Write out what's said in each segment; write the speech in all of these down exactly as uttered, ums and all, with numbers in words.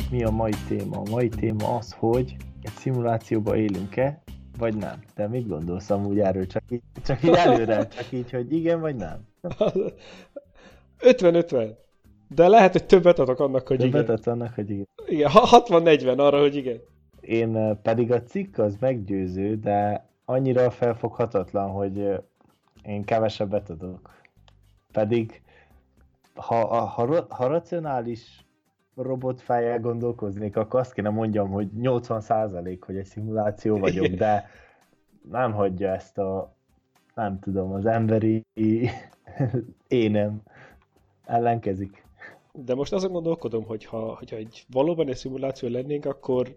Mi a mai téma? A mai téma az, hogy egy szimulációban élünk-e, vagy nem. De mit gondolsz amúgy erről? Csak így, csak így előre, csak így, hogy igen, vagy nem? ötven-ötven. De lehet, hogy többet adok annak, hogy Többet igen. adsz annak, hogy igen. Igen, hatvan-negyven arra, hogy igen. Én pedig a cikk az meggyőző, de annyira felfoghatatlan, hogy én kevesebbet adok. Pedig ha, ha, ha racionális robotfejjel gondolkoznék, akkor azt kéne mondjam, hogy nyolcvan százalék, hogy egy szimuláció vagyok, de nem hagyja ezt a, nem tudom, az emberi énem ellenkezik. De most azon gondolkodom, hogy ha, hogyha egy valóban egy szimuláció lennénk, akkor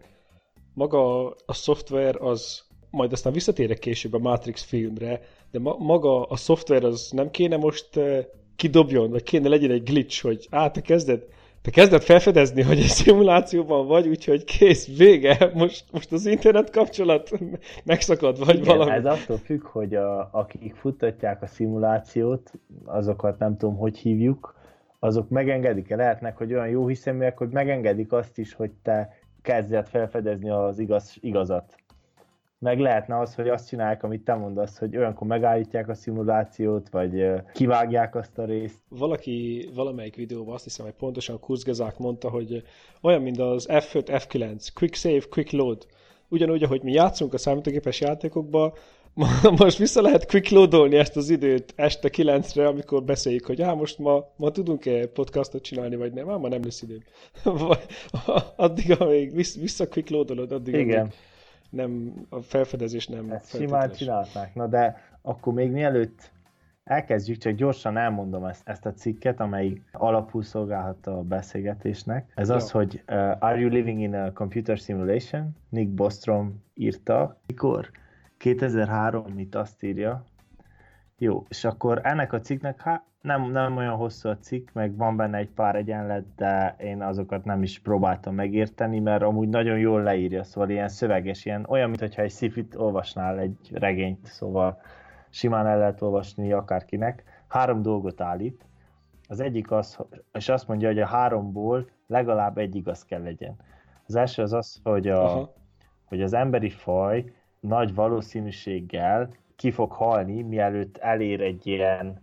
maga a szoftver az, majd aztán visszatérek később a Matrix filmre, de ma, maga a szoftver az nem kéne most uh, kidobjon, vagy kéne legyen egy glitch, hogy á, te kezded, te kezded felfedezni, hogy egy szimulációban vagy, úgyhogy kész, vége, most, most az internet kapcsolat megszakad, vagy igen, valami. Ez attól függ, hogy a, akik futtatják a szimulációt, azokat nem tudom, hogy hívjuk, azok megengedik-e? Lehetnek, hogy olyan jó hiszeműek, hogy megengedik azt is, hogy te kezdjed felfedezni az igaz, igazat. Meg lehetne az, hogy azt csinálják, amit te mondasz, hogy olyankor megállítják a szimulációt, vagy kivágják azt a részt. Valaki valamelyik videóban azt hiszem, hogy pontosan Kurzgesagt mondta, hogy olyan, mint az ef öt, ef kilenc, quick save, quick load. Ugyanúgy, ahogy mi játszunk a számítógépes játékokba, most vissza lehet quick loadolni ezt az időt este kilencre, amikor beszéljük, hogy á, most ma, ma tudunk-e podcastot csinálni, vagy nem, á, ma nem lesz időm. Vagy addig, amíg vissza quick loadolod, addig, igen. Addig nem, a felfedezés nem ezt simán csinálták. Na de akkor még mielőtt elkezdjük, csak gyorsan elmondom ezt, ezt a cikket, amely alapul szolgálhat a beszélgetésnek. Ez ja. az, hogy uh, Are you living in a computer simulation? Nick Bostrom írta. Mikor? kétezer-három, itt azt írja. Jó, és akkor ennek a cikknek, hát nem, nem olyan hosszú a cikk, meg van benne egy pár egyenlet, de én azokat nem is próbáltam megérteni, mert amúgy nagyon jól leírja, szóval ilyen szöveges, ilyen olyan, mintha egy sci-fit olvasnál, egy regényt, szóval simán el lehet olvasni akárkinek. Három dolgot állít. Az egyik az, és azt mondja, hogy a háromból legalább egy igaz kell legyen. Az első az az, hogy, a, hogy az emberi faj nagy valószínűséggel ki fog halni, mielőtt elér egy ilyen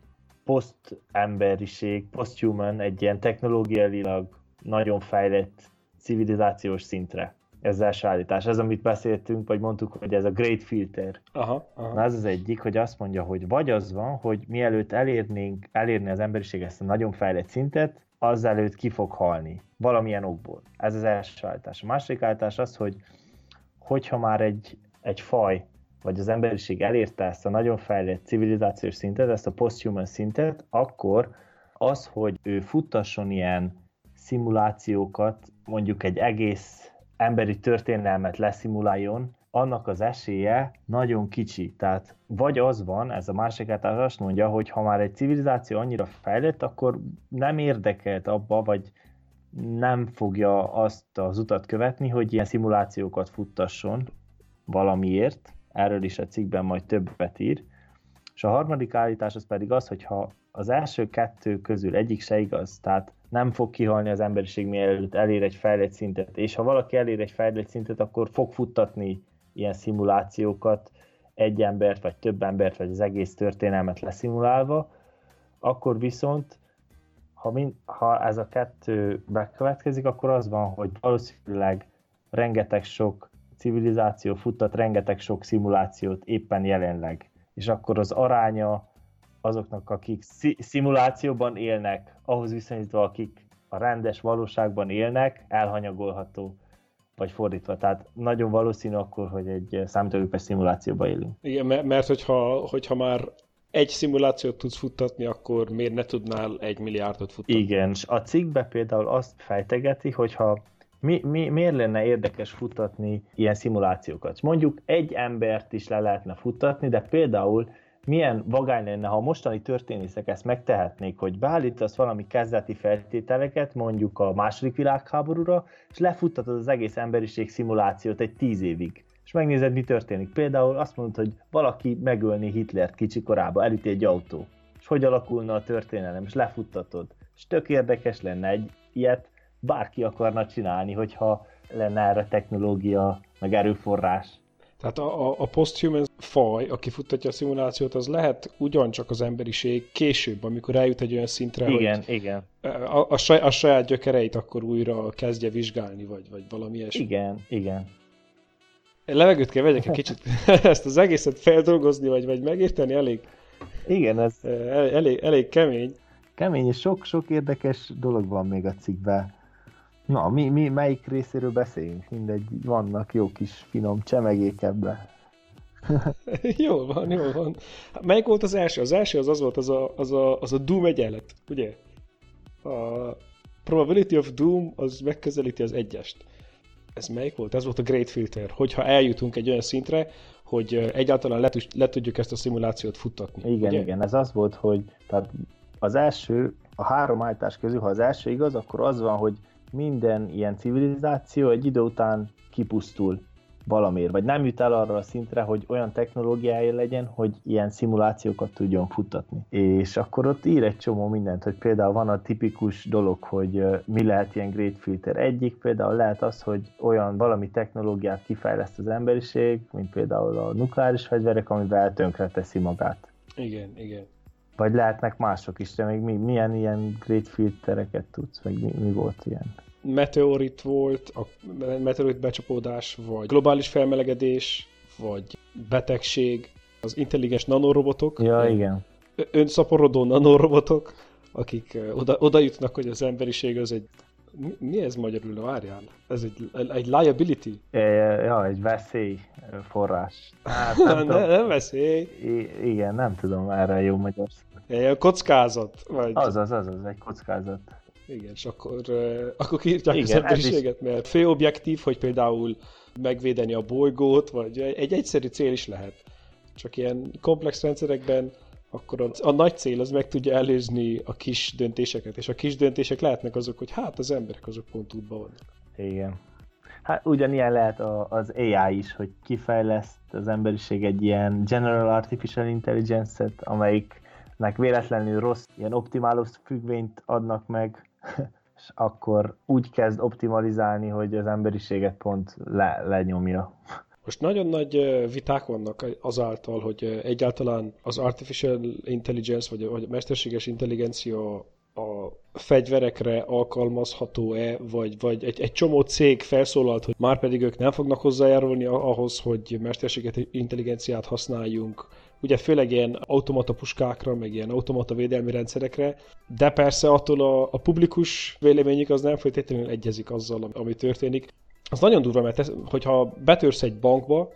posztemberiség, posthuman, egy ilyen technológiailag nagyon fejlett civilizációs szintre. Ez az első állítás. Ez, amit beszéltünk, vagy mondtuk, hogy ez a Great Filter. Aha, aha. Na ez az egyik, hogy azt mondja, hogy vagy az van, hogy mielőtt elérnénk, elérni az emberiség ezt a nagyon fejlett szintet, azelőtt ki fog halni. Valamilyen okból. Ez az első állítás. A második állítás az, hogy hogyha már egy, egy faj, vagy az emberiség elérte ezt a nagyon fejlett civilizációs szintet, ezt a posthuman szintet, akkor az, hogy ő futtasson ilyen szimulációkat, mondjuk egy egész emberi történelmet leszimuláljon, annak az esélye nagyon kicsi. Tehát vagy az van, ez a másik által azt mondja, hogy ha már egy civilizáció annyira fejlett, akkor nem érdekelt abba, vagy nem fogja azt az utat követni, hogy ilyen szimulációkat futtasson valamiért. Erről is a cikkben majd többet ír. És a harmadik állítás az pedig az, hogy ha az első kettő közül egyik se igaz, tehát nem fog kihalni az emberiség mielőtt elér egy fejlett szintet, és ha valaki elér egy fejlett szintet, akkor fog futtatni ilyen szimulációkat, egy embert, vagy több embert, vagy az egész történelmet leszimulálva, akkor viszont, ha, mind, ha ez a kettő bekövetkezik, akkor az van, hogy valószínűleg rengeteg sok civilizáció futtat rengeteg sok szimulációt éppen jelenleg. És akkor az aránya azoknak, akik szi- szimulációban élnek, ahhoz viszonyítva, akik a rendes valóságban élnek, elhanyagolható, vagy fordítva. Tehát nagyon valószínű akkor, hogy egy számítógépes szimulációban élünk. Igen, mert hogyha, hogyha már egy szimulációt tudsz futtatni, akkor miért ne tudnál egy milliárdot futtatni? Igen, és a cikkbe például azt fejtegeti, hogyha Mi, mi, miért lenne érdekes futtatni ilyen szimulációkat? Mondjuk egy embert is le lehetne futtatni, de például milyen vagány lenne, ha a mostani történészek ezt megtehetnék, hogy beállítasz valami kezdeti feltételeket, mondjuk a második világháborúra, és lefuttatod az egész emberiség szimulációt egy tíz évig. És megnézed, mi történik. Például azt mondod, hogy valaki megölni Hitlert kicsi korában, elüti egy autó. És hogy alakulna a történelem, és lefuttatod. És tök érdekes lenne egy ilyet, bárki akarna csinálni, hogyha lenne erre technológia, meg erőforrás. Tehát a, a, a post-human faj, aki futtatja a szimulációt, az lehet ugyancsak az emberiség később, amikor eljut egy olyan szintre, igen, hogy igen. A, a, saj, a saját gyökereit akkor újra kezdje vizsgálni, vagy, vagy valami ilyesmi. Igen, igen. Levegőt kell vegyek egy kicsit, ezt az egészet feldolgozni, vagy, vagy megérteni, elég, igen, ez el, elég, elég kemény. Kemény, és sok-sok érdekes dolog van még a cikkben. Na, mi, mi melyik részéről beszéljünk? Mindegy, vannak jó kis finom csemegék ebbe. Jól van, jól van. Melyik volt az első? Az első az az volt, az a, az a, az a Doom egyenlet, ugye? A probability of Doom az megközelíti az egyest. Ez melyik volt? Ez volt a Great Filter. Hogyha eljutunk egy olyan szintre, hogy egyáltalán le, le tudjuk ezt a szimulációt futtatni. Igen, ugye? igen, ez az volt, hogy tehát az első, a három állítás közül, ha az első igaz, akkor az van, hogy minden ilyen civilizáció egy idő után kipusztul valamiért, vagy nem jut el arra a szintre, hogy olyan technológiája legyen, hogy ilyen szimulációkat tudjon futtatni. És akkor ott ír egy csomó mindent, hogy például van a tipikus dolog, hogy mi lehet ilyen Great Filter. Egyik például lehet az, hogy olyan valami technológiát kifejleszt az emberiség, mint például a nukleáris fegyverek, amivel tönkreteszi magát. Igen, igen. Vagy lehetnek mások is, de még mi, milyen ilyen Great Filtereket tudsz, meg mi, mi volt ilyen? Meteorit volt, a meteorit becsapódás, vagy globális felmelegedés, vagy betegség, az intelligens nanorobotok. Ja, igen. Önszaporodó nanorobotok, akik oda, oda jutnak, hogy az emberiség az egy... Mi, mi ez magyarul? Várjál. Ez egy, egy liability. Ja, egy veszély forrás. Hát, nem, ne, nem veszély. I- igen, nem tudom erre jó magyar szó. Egy kockázat. Vagy... Az, az, az, az, egy kockázat. Igen, és akkor, uh, akkor kiírtják igen, az emberiséget, is... mert fő objektív, hogy például megvédeni a bolygót, vagy egy egyszerű cél is lehet. Csak ilyen komplex rendszerekben akkor a, a nagy cél az meg tudja előzni a kis döntéseket, és a kis döntések lehetnek azok, hogy hát az emberek azok pont útban vannak. Igen. Hát ugyanilyen lehet a, az á i is, hogy kifejleszt az emberiség egy ilyen General Artificial Intelligence-et, amelyiknek véletlenül rossz, ilyen optimáló függvényt adnak meg, és akkor úgy kezd optimalizálni, hogy az emberiséget pont le, lenyomja. Most nagyon nagy viták vannak azáltal, hogy egyáltalán az artificial intelligence, vagy a mesterséges intelligencia a fegyverekre alkalmazható-e, vagy, vagy egy, egy csomó cég felszólalt, hogy már pedig ők nem fognak hozzájárulni ahhoz, hogy mesterséges intelligenciát használjunk. Ugye főleg ilyen automata puskákra, meg ilyen automata védelmi rendszerekre, de persze attól a, a publikus véleményük az nem feltétlenül egyezik azzal, ami történik. Az nagyon durva, mert ez, hogyha betörsz egy bankba,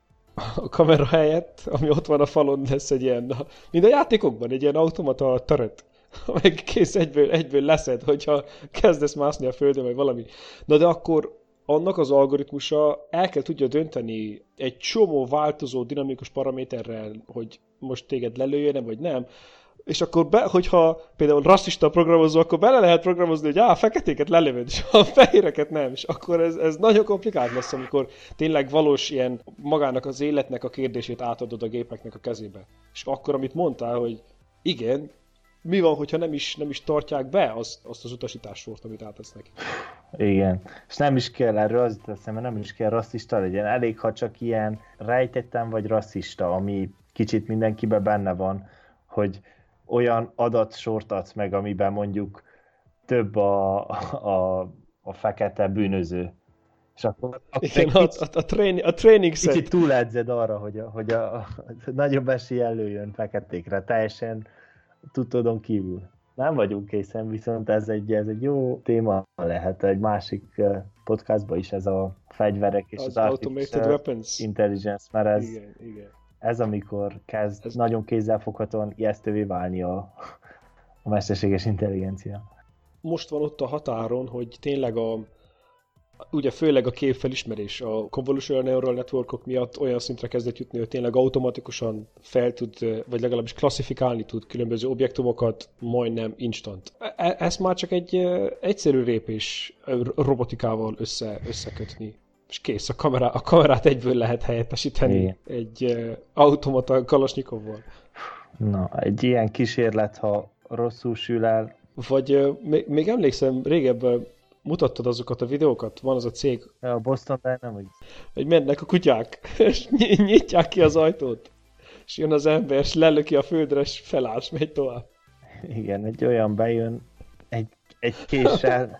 a kamera helyett, ami ott van a falon, lesz egy ilyen, mint a játékokban, egy ilyen automata turret, meg kész egyből, egyből leszed, hogyha kezdesz mászni a földön, vagy valami. Na de akkor annak az algoritmusa el kell tudja dönteni egy csomó változó dinamikus paraméterrel, hogy most téged lelőjön, vagy nem. És akkor, be, hogyha például rasszista programozó, akkor bele lehet programozni, hogy á, a feketéket lelövöd, és a fehéreket nem. És akkor ez, ez nagyon komplikált lesz, amikor tényleg valós ilyen magának az életnek a kérdését átadod a gépeknek a kezébe. És akkor, amit mondtál, hogy igen, mi van, hogyha nem is, nem is tartják be azt, azt az utasítássort, amit átadsz neki. Igen. És nem is kell, erről az teszem, mert nem is kell rasszista legyen. Elég, ha csak ilyen rejtettem vagy rasszista, ami kicsit mindenkiben benne van, hogy olyan adatsort adsz meg, amiben mondjuk több a, a, a fekete bűnöző. És akkor, akkor igen, a, kicsit, a, a, training, a training set. Kicsit túledzed arra, hogy a, hogy a, a, a nagyobb esély előjön feketékre, teljesen tudtodon kívül. Nem vagyunk készen, viszont ez egy, ez egy jó téma lehet egy másik podcastban is, ez a fegyverek és az, az artificial weapons intelligence, mert ez, igen, igen. ez amikor kezd ez... nagyon kézzelfoghatóan ijesztővé válni a, a mesterséges intelligencia. Most van ott a határon, hogy tényleg a ugye főleg a képfelismerés a convolutional neural networkok miatt olyan szintre kezdett jutni, hogy tényleg automatikusan fel tud, vagy legalábbis klasszifikálni tud különböző objektumokat majdnem instant. E- ezt már csak egy egyszerű lépés robotikával össze, összekötni. És kész, a, kamerá, a kamerát egyből lehet helyettesíteni igen. egy automata kalasnyikovval. Na, egy ilyen kísérlet, ha rosszul sül el. Vagy még, még emlékszem, régebben mutattad azokat a videókat, van az a cég, A Boston Dynamics. hogy mennek a kutyák, és ny- nyitják ki az ajtót, és jön az ember, és lelöki a földre, és feláll, és megy tovább. Igen, egy olyan bejön, egy, egy késsel.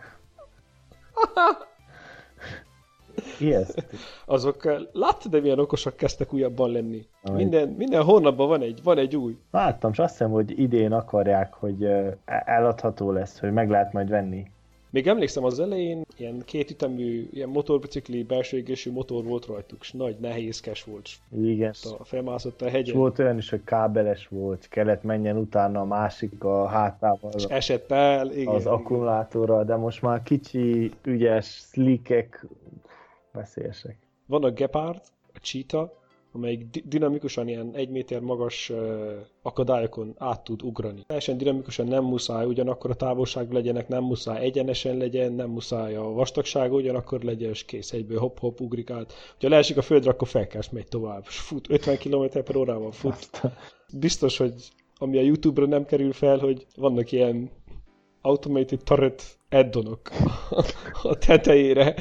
Ijesztő. Azok, láttad, de milyen okosak kezdtek újabban lenni? Aj. Minden, minden hónapban van egy, van egy új. Láttam, és azt hiszem, hogy idén akarják, hogy ö, eladható lesz, hogy meg lehet majd venni. Még emlékszem, az elején ilyen kétütemű, ilyen motorbicikli, belső égésű motor volt rajtuk, és nagy, nehézkes volt. Igen. A felmászott a És hegyen, volt olyan is, hogy kábeles volt, kellett menjen utána a másik a hátával és esett el. Igen, az igen. akkumulátorral, de most már kicsi, ügyes, slickek, veszélyesek. Van a Gepard, a Cheetah, amelyik di- dinamikusan ilyen egy méter magas uh, akadályokon át tud ugrani. Teljesen dinamikusan nem muszáj, ugyanakkor a távolság legyenek, nem muszáj egyenesen legyen, nem muszáj a vastagsága, ugyanakkor legyen, és kész, egyből hopp-hopp ugrik át. Ha leesik a földre, akkor fel kell, és megy tovább. És fut, ötven kilométer per órával fut. Biztos, hogy ami a YouTube-ra nem kerül fel, hogy vannak ilyen automated turret add-onok a tetejére.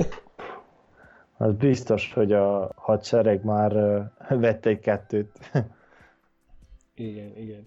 Az biztos, hogy a hadsereg már uh, vett egy kettőt. Igen, igen.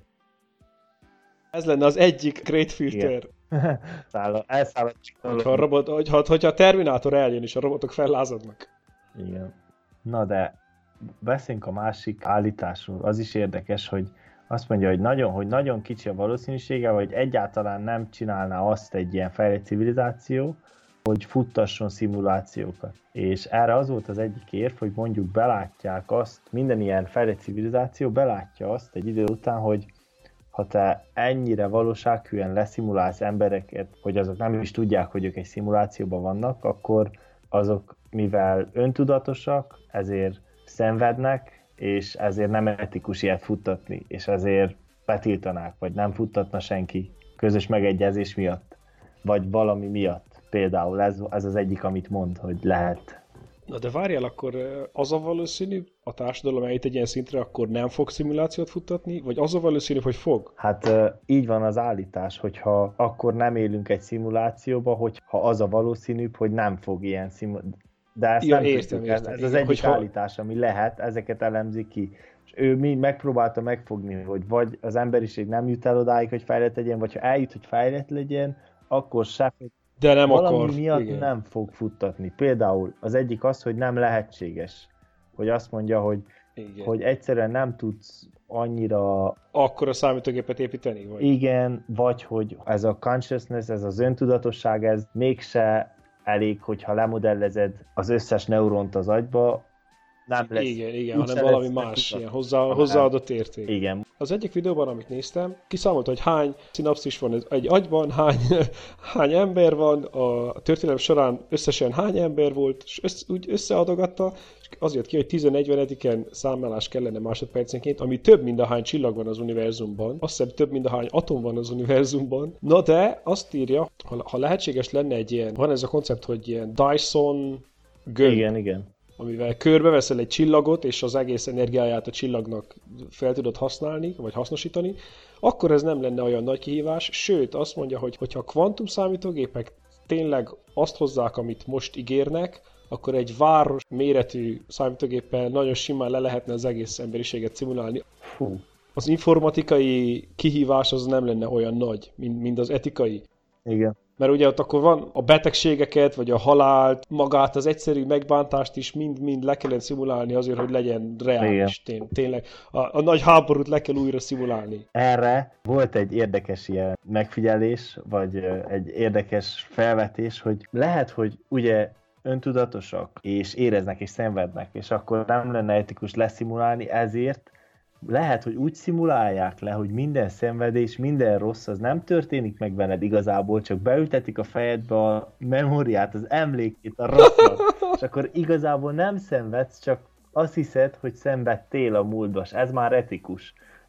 Ez lenne az egyik Great Filter. Száll, elszáll a Hogyha a, robot, hogyha, hogyha a Terminátor eljön, és a robotok fellázadnak. Igen. Na de beszéljünk a másik állításról. Az is érdekes, hogy azt mondja, hogy nagyon, hogy nagyon kicsi a valószínűsége, hogy egyáltalán nem csinálná azt egy ilyen fejlett civilizáció, hogy futtasson szimulációkat. És erre az volt az egyik érv, hogy mondjuk belátják azt, minden ilyen fejlett civilizáció belátja azt egy idő után, hogy ha te ennyire valósághűen leszimulálsz embereket, hogy azok nem is tudják, hogy ők egy szimulációban vannak, akkor azok, mivel öntudatosak, ezért szenvednek, és ezért nem etikus ilyet futtatni, és ezért betiltanák, vagy nem futtatna senki közös megegyezés miatt, vagy valami miatt. Például ez, ez az egyik, amit mond, hogy lehet. Na de várjál, akkor az a valószínű, a társadalom eljut egy ilyen szintre, akkor nem fog szimulációt futtatni, vagy az a valószínű, hogy fog? Hát így van az állítás, hogyha akkor nem élünk egy szimulációba, hogyha az a valószínűbb, hogy nem fog ilyen szimuláció. De ezt ja, nem értem, tudjuk, értem. ez, ez az Igen, egyik hogyha... állítás, ami lehet, ezeket elemzi ki. És ő mi megpróbálta megfogni, hogy vagy az emberiség nem jut el odáig, hogy fejlett legyen, vagy ha eljut, hogy fejlett legyen, akkor se fog. De nem Valami akar. miatt Igen. nem fog futtatni. Például az egyik az, hogy nem lehetséges. Hogy azt mondja, hogy, hogy egyszerűen nem tudsz annyira... Akkor a számítógépet építeni? Vagy? Igen, vagy hogy ez a consciousness, ez az öntudatosság, ez mégse elég, hogyha lemodellezed az összes neuront az agyba, nem lesz. Igen, igen, hanem valami más, ilyen hozzá, hozzáadott érték. Igen. Az egyik videóban, amit néztem, kiszámolta, hogy hány szinapszis van egy agyban, hány, hány ember van, a történelem során összesen hány ember volt, és össze, úgy összeadogatta, és az jött ki, hogy tíz-negyvenediken számlálás kellene másodpercenként, ami több, mint ahány csillag van az univerzumban, azt hiszem több, mint ahány atom van az univerzumban. Na de azt írja, ha, ha lehetséges lenne egy ilyen, van ez a koncept, hogy ilyen Dyson gömb. Igen, igen. Amivel körbeveszel egy csillagot, és az egész energiáját a csillagnak fel tudod használni, vagy hasznosítani, akkor ez nem lenne olyan nagy kihívás, sőt azt mondja, hogy hogyha a kvantum számítógépek tényleg azt hozzák, amit most ígérnek, akkor egy város méretű számítógéppel nagyon simán le lehetne az egész emberiséget szimulálni. Fú. Az informatikai kihívás az nem lenne olyan nagy, mint, mint az etikai. Igen. Mert ugye ott akkor van a betegségeket, vagy a halált, magát, az egyszerű megbántást is mind-mind le kellene szimulálni azért, hogy legyen reális. Tény, tényleg. A, a nagy háborút le kell újra szimulálni. Erre volt egy érdekes ilyen megfigyelés, vagy egy érdekes felvetés, hogy lehet, hogy ugye öntudatosak, és éreznek és szenvednek, és akkor nem lenne etikus leszimulálni, ezért lehet, hogy úgy szimulálják le, hogy minden szenvedés, minden rossz, az nem történik meg benned igazából, csak beültetik a fejedbe a memóriát, az emlékét, a rosszat, és akkor igazából nem szenvedsz, csak azt hiszed, hogy szenvedtél a múltba, és ez már etikus.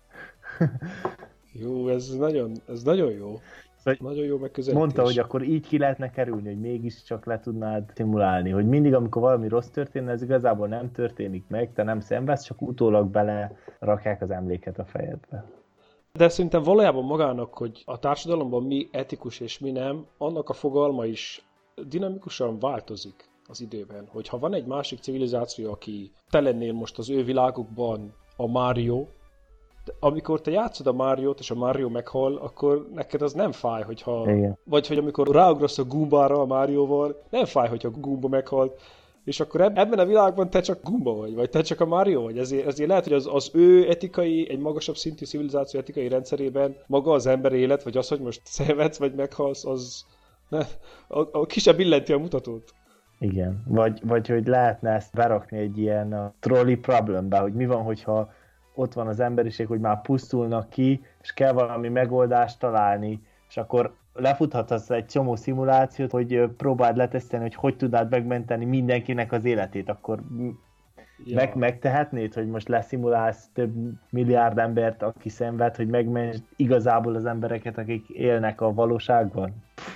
Jó, ez nagyon, ez nagyon jó. Szóval nagyon jó megközelítés. Mondta, hogy akkor így ki lehetne kerülni, hogy mégiscsak le tudnád szimulálni, hogy mindig, amikor valami rossz történne, ez igazából nem történik meg, te nem szenvedsz, csak utólag bele rakják az emléket a fejedbe. De szerintem valójában magának, hogy a társadalomban mi etikus és mi nem, annak a fogalma is dinamikusan változik az időben. Hogyha van egy másik civilizáció, aki te lennél most az ő világukban a Mario, de amikor te játszod a Mariót, és a Mario meghal, akkor neked az nem fáj, hogyha... Igen. Vagy hogy amikor ráugrasz a Goombára a Marióval, nem fáj, hogyha a Goomba meghalt, és akkor ebben a világban te csak Goomba vagy, vagy te csak a Mario vagy. Ezért, ezért lehet, hogy az, az ő etikai, egy magasabb szintű civilizáció etikai rendszerében maga az ember élet, vagy az, hogy most szenvedsz, vagy meghalsz, az ne, a, a kisebb illenti a mutatót. Igen. Vagy, vagy hogy lehetne ezt berakni egy ilyen a trolley problembe, hogy mi van, hogyha ott van az emberiség, hogy már pusztulnak ki, és kell valami megoldást találni, és akkor lefuthatsz egy csomó szimulációt, hogy próbáld letesztelni, hogy hogy tudnád megmenteni mindenkinek az életét, akkor ja. meg, megtehetnéd, hogy most leszimulálsz több milliárd embert, aki szenved, hogy megmentsd igazából az embereket, akik élnek a valóságban?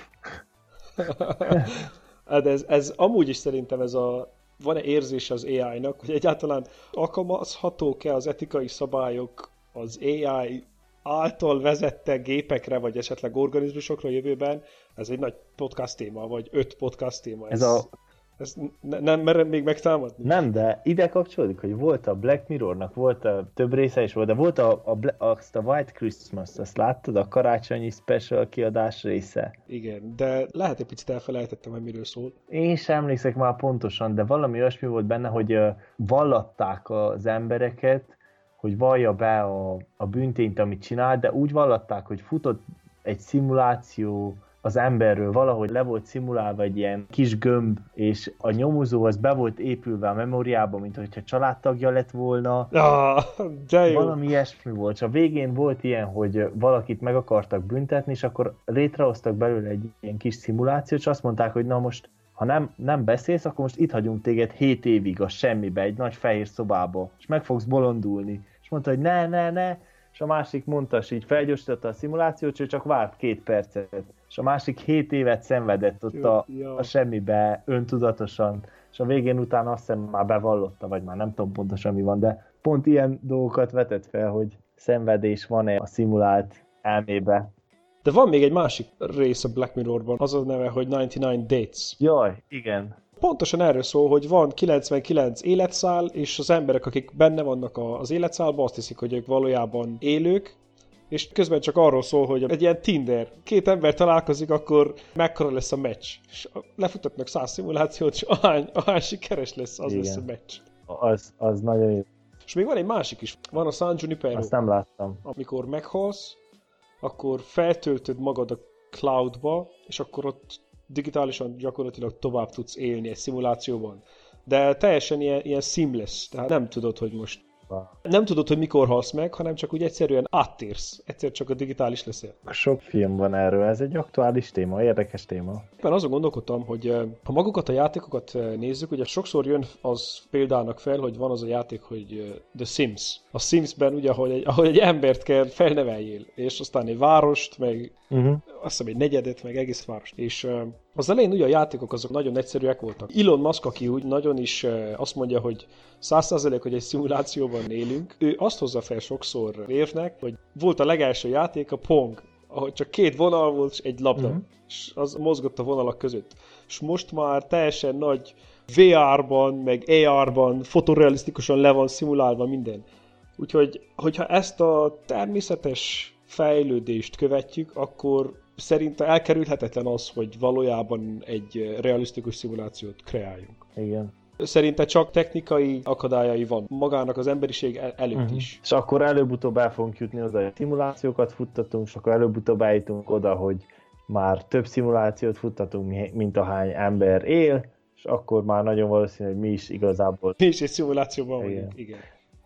Hát ez, ez amúgy is szerintem ez a van-e érzés az á í-nak, hogy egyáltalán alkalmazhatók-e az etikai szabályok az á í által vezette gépekre, vagy esetleg organizmusokra a jövőben? Ez egy nagy podcast téma, vagy öt podcast téma. Ez, ez a... Ez ne, nem mered még megtámadni? Nem, de ide kapcsolódik, hogy volt a Black Mirrornak, volt a több része is volt, de volt a, a, azt a White Christmas, azt láttad? A karácsonyi special kiadás része. Igen, de lehet egy picit elfelejtettem, hogy miről szól. Én sem emlékszek már pontosan, de valami olyasmi volt benne, hogy uh, vallatták az embereket, hogy vallja be a, a bűntényt, amit csinál, de úgy vallatták, hogy futott egy szimuláció az emberről, valahogy le volt szimulálva egy ilyen kis gömb, és a nyomozó az be volt épülve a memóriába, mint hogyha családtagja lett volna. Ah, de jó. Valami ilyesmi volt, és a végén volt ilyen, hogy valakit meg akartak büntetni, és akkor létrehoztak belőle egy ilyen kis szimulációt, és azt mondták, hogy na most, ha nem, nem beszélsz, akkor most itt hagyunk téged hét évig a semmibe, egy nagy fehér szobába, és meg fogsz bolondulni. És mondta, hogy ne, ne, ne, és a másik mondta, és így felgyorsította a szimulációt, és csak várt két percet. És a másik hét évet szenvedett ott a, a semmibe öntudatosan, és a végén utána azt hiszem már bevallotta, vagy már nem tudom pontosan mi van, de pont ilyen dolgokat vetett fel, hogy szenvedés van-e a szimulált elmébe. De van még egy másik rész a Black Mirrorban, az a neve, hogy kilencvenkilenc Dates. Jaj, igen. Pontosan erről szól, hogy van kilencvenkilenc életszál, és az emberek, akik benne vannak az életszálban, azt hiszik, hogy ők valójában élők, és közben csak arról szól, hogy egy ilyen Tinder, két ember találkozik, akkor mekkora lesz a meccs. És lefutatnak száz szimulációt, és ahány, ahány sikeres lesz, az igen. lesz a meccs. Az, az nagyon jó. És még van egy másik is, van a San Junipero. Azt nem láttam. Amikor meghalsz, akkor feltöltöd magad a cloudba, és akkor ott digitálisan gyakorlatilag tovább tudsz élni egy szimulációban. De teljesen ilyen, ilyen seamless, tehát nem tudod, hogy most nem tudod, hogy mikor halsz meg, hanem csak úgy egyszerűen áttérsz. Egyszer csak a digitális leszel. Sok film van erről, ez egy aktuális téma, érdekes téma. Éppen azon gondolkodtam, hogy ha magukat a játékokat nézzük, ugye sokszor jön az példának fel, hogy van az a játék, hogy The Sims. A Simsben ugye, ahogy egy, ahogy egy embert kell felneveljél, és aztán egy várost, meg uh-huh. azt hiszem egy negyedet, meg egész várost. És az elején ugye a játékok azok nagyon egyszerűek voltak. Elon Musk, aki úgy nagyon is azt mondja, hogy száz százalék, hogy egy szimulációban élünk, ő azt hozza fel sokszor érvnek, hogy volt a legelső játék, a Pong, ahogy csak két vonal volt, és egy labda, uh-huh. és az mozgott a vonalak között. És most már teljesen nagy vé er-ban, meg á er-ban fotorealisztikusan le van szimulálva minden. Úgyhogy, hogyha ezt a természetes fejlődést követjük, akkor szerintem elkerülhetetlen az, hogy valójában egy realisztikus szimulációt kreáljunk. Igen. Szerintem csak technikai akadályai van magának az emberiség el- előtt uh-huh. is. És akkor előbb-utóbb el fogunk jutni oda, hogy szimulációkat futtatunk, és akkor előbb-utóbb eljutunk oda, hogy már több szimulációt futtatunk, mint ahány ember él, és akkor már nagyon valószínű, hogy mi is igazából... Mi is egy szimulációban igen. vagyunk, igen.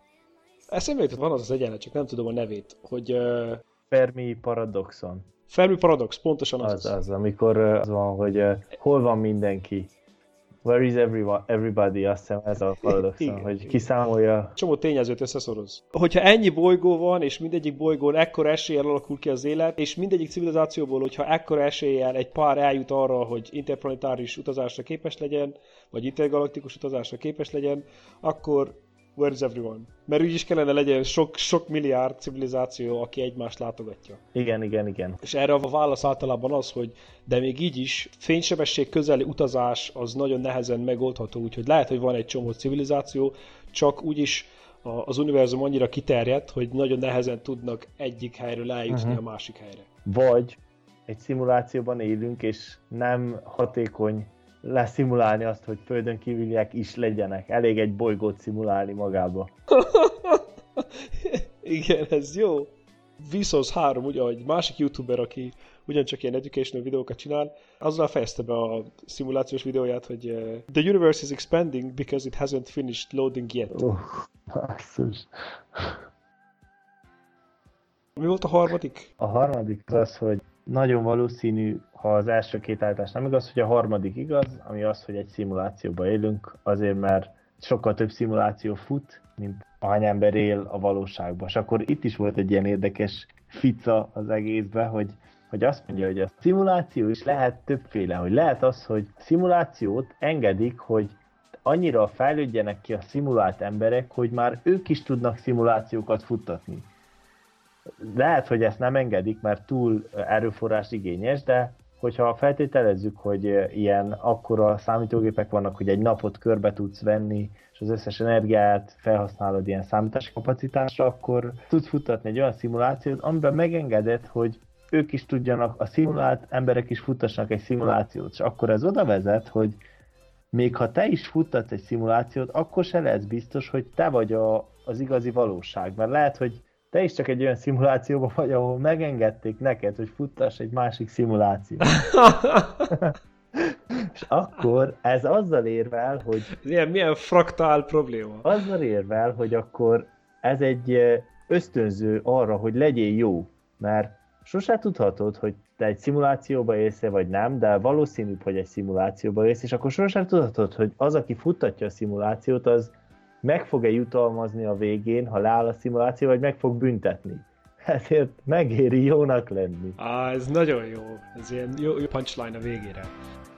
Eszembe jutott, van az az egyenlet, csak nem tudom a nevét, hogy... Uh... Fermi paradoxon. Fermi paradox, pontosan az az. Az, az amikor az van, hogy uh, hol van mindenki. Where is everyone, everybody, azt hiszem ez a paradoxon, igen, hogy kiszámolja... Csomó tényezőt összeszoroz. Hogyha ennyi bolygó van, és mindegyik bolygón ekkora eséllyel alakul ki az élet, és mindegyik civilizációból, hogyha ekkora eséllyel egy pár eljut arra, hogy interplanetáris utazásra képes legyen, vagy intergalaktikus utazásra képes legyen, akkor Where's everyone? Mert úgy is kellene legyen sok, sok milliárd civilizáció, aki egymást látogatja. Igen, igen, igen. És erre a válasz általában az, hogy de még így is fénysebesség közeli utazás az nagyon nehezen megoldható, úgyhogy lehet, hogy van egy csomó civilizáció, csak úgyis az univerzum annyira kiterjedt, hogy nagyon nehezen tudnak egyik helyről eljutni uh-huh. a másik helyre. Vagy egy szimulációban élünk, és nem hatékony leszimulálni azt, hogy földön kívüliek is legyenek. Elég egy bolygót szimulálni magába. Igen, ez jó. Vsauce három, ugye egy másik youtuber, aki ugyancsak ilyen educational videókat csinál, azzal fejezte be a szimulációs videóját, hogy uh, the universe is expanding because it hasn't finished loading yet. Oh, basszus. Mi volt a harmadik? A harmadik az, hogy nagyon valószínű, ha az első két állítás nem igaz, hogy a harmadik igaz, ami az, hogy egy szimulációban élünk, azért mert sokkal több szimuláció fut, mint ahány ember él a valóságban. És akkor itt is volt egy ilyen érdekes fica az egészben, hogy, hogy azt mondja, hogy a szimuláció is lehet többféle, hogy lehet az, hogy szimulációt engedik, hogy annyira fejlődjenek ki a szimulált emberek, hogy már ők is tudnak szimulációkat futtatni. Lehet, hogy ezt nem engedik, mert túl erőforrás igényes, de hogyha feltételezzük, hogy ilyen akkora számítógépek vannak, hogy egy napot körbe tudsz venni, és az összes energiát felhasználod ilyen számítási kapacitásra, akkor tudsz futtatni egy olyan szimulációt, amiben megengedett, hogy ők is tudjanak, a szimulált emberek is futtassanak egy szimulációt, és akkor ez oda vezet, hogy még ha te is futtatsz egy szimulációt, akkor se lehetsz biztos, hogy te vagy a, az igazi valóság, mert lehet, hogy te is csak egy olyan szimulációban vagy, ahol megengedték neked, hogy futtass egy másik szimulációt. És akkor ez azzal érvel, hogy... Ilyen, milyen fraktál probléma. Azzal érvel, hogy akkor ez egy ösztönző arra, hogy legyél jó. Mert sose tudhatod, hogy te egy szimulációba élsz vagy nem, de valószínűbb, hogy egy szimulációba élsz, és akkor sose tudhatod, hogy az, aki futtatja a szimulációt, az meg fog-e jutalmazni a végén, ha leáll a szimuláció, vagy meg fog büntetni. Ezért megéri jónak lenni. Á, ez nagyon jó. Ez ilyen jó, jó punchline a végére.